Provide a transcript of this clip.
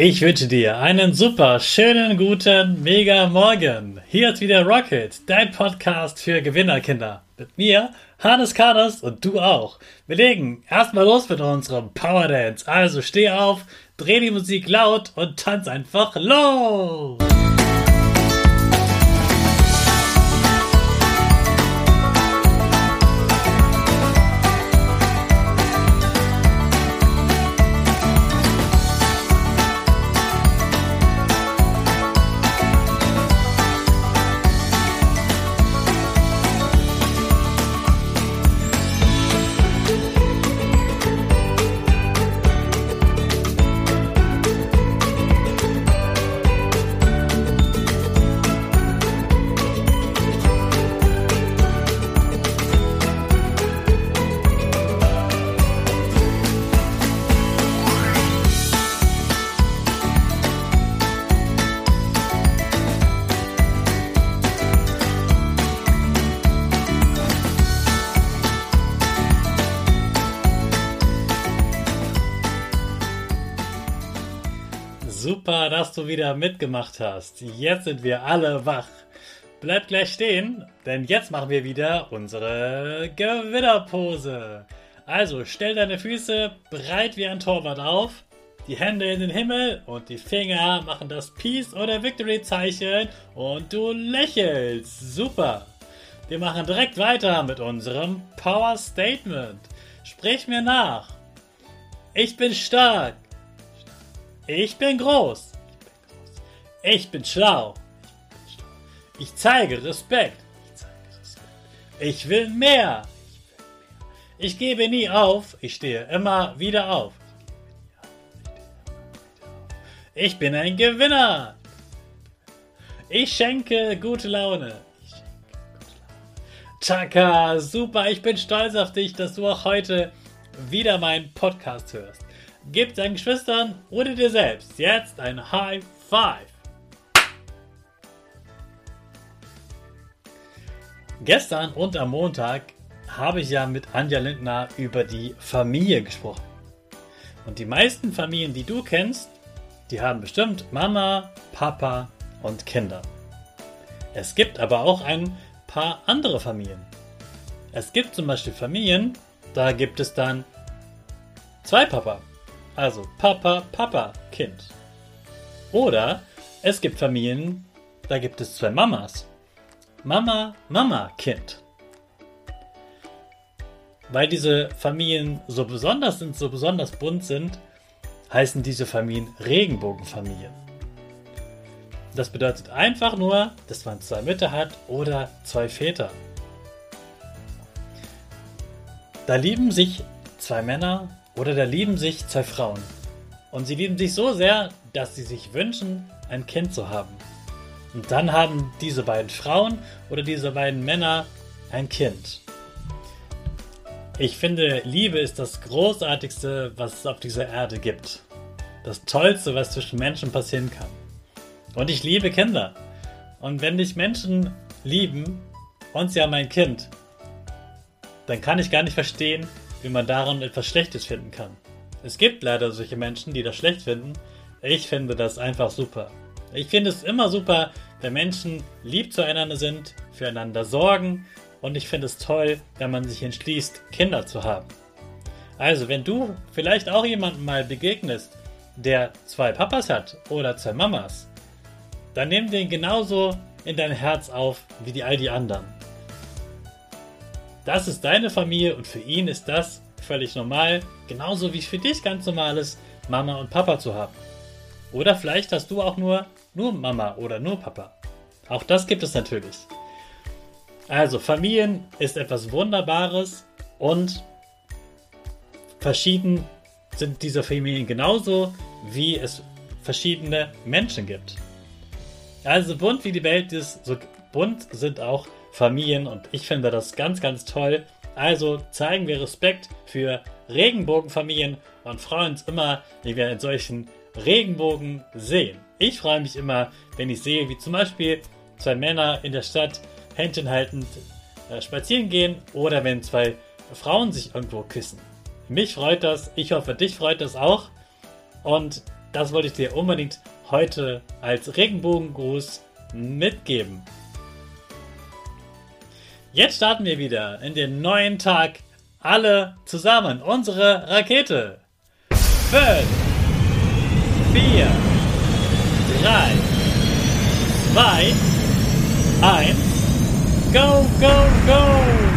Ich wünsche dir einen super, schönen, guten, mega Morgen. Hier ist wieder Rocket, dein Podcast für Gewinnerkinder. Mit mir, Hannes Karnes und du auch. Wir legen erstmal los mit unserem Power Dance. Also steh auf, dreh die Musik laut und tanz einfach los. Super, dass du wieder mitgemacht hast. Jetzt sind wir alle wach. Bleib gleich stehen, denn jetzt machen wir wieder unsere Gewinnerpose. Also stell deine Füße breit wie ein Torwart auf, die Hände in den Himmel und die Finger machen das Peace- oder Victory-Zeichen und du lächelst. Super. Wir machen direkt weiter mit unserem Power Statement. Sprich mir nach. Ich bin stark. Ich bin groß. Ich bin schlau. Ich zeige Respekt. Ich will mehr. Ich gebe nie auf. Ich stehe immer wieder auf. Ich bin ein Gewinner. Ich schenke gute Laune. Chaka, super. Ich bin stolz auf dich, dass du auch heute wieder meinen Podcast hörst. Gib deinen Geschwistern oder dir selbst jetzt ein High Five. Gestern und am Montag habe ich ja mit Anja Lindner über die Familie gesprochen. Und die meisten Familien, die du kennst, die haben bestimmt Mama, Papa und Kinder. Es gibt aber auch ein paar andere Familien. Es gibt zum Beispiel Familien, da gibt es dann zwei Papa. Also Papa, Papa, Kind. Oder es gibt Familien, da gibt es zwei Mamas. Mama, Mama, Kind. Weil diese Familien so besonders sind, so besonders bunt sind, heißen diese Familien Regenbogenfamilien. Das bedeutet einfach nur, dass man zwei Mütter hat oder zwei Väter. Da lieben sich zwei Männer oder da lieben sich zwei Frauen. Und sie lieben sich so sehr, dass sie sich wünschen, ein Kind zu haben. Und dann haben diese beiden Frauen oder diese beiden Männer ein Kind. Ich finde, Liebe ist das Großartigste, was es auf dieser Erde gibt. Das Tollste, was zwischen Menschen passieren kann. Und ich liebe Kinder. Und wenn dich Menschen lieben, und sie haben ein Kind, dann kann ich gar nicht verstehen, wie man daran etwas Schlechtes finden kann. Es gibt leider solche Menschen, die das schlecht finden. Ich finde das einfach super. Ich finde es immer super, wenn Menschen lieb zueinander sind, füreinander sorgen und ich finde es toll, wenn man sich entschließt, Kinder zu haben. Also, wenn du vielleicht auch jemandem mal begegnest, der zwei Papas hat oder zwei Mamas, dann nimm den genauso in dein Herz auf wie all die anderen. Das ist deine Familie und für ihn ist das völlig normal, genauso wie es für dich ganz normal ist, Mama und Papa zu haben. Oder vielleicht hast du auch nur Mama oder nur Papa. Auch das gibt es natürlich. Also Familien ist etwas Wunderbares und verschieden sind diese Familien genauso, wie es verschiedene Menschen gibt. Also bunt wie die Welt ist, so bunt sind auch Familien und ich finde das ganz, ganz toll. Also zeigen wir Respekt für Regenbogenfamilien und freuen uns immer, wenn wir in solchen Regenbogen sehen. Ich freue mich immer, wenn ich sehe, wie zum Beispiel zwei Männer in der Stadt Händchen haltend spazieren gehen oder wenn zwei Frauen sich irgendwo küssen. Mich freut das, ich hoffe, dich freut das auch. Und das wollte ich dir unbedingt heute als Regenbogengruß mitgeben. Jetzt starten wir wieder in den neuen Tag. Alle zusammen. Unsere Rakete. 5, 4, 3, 2, 1. Go, go, go!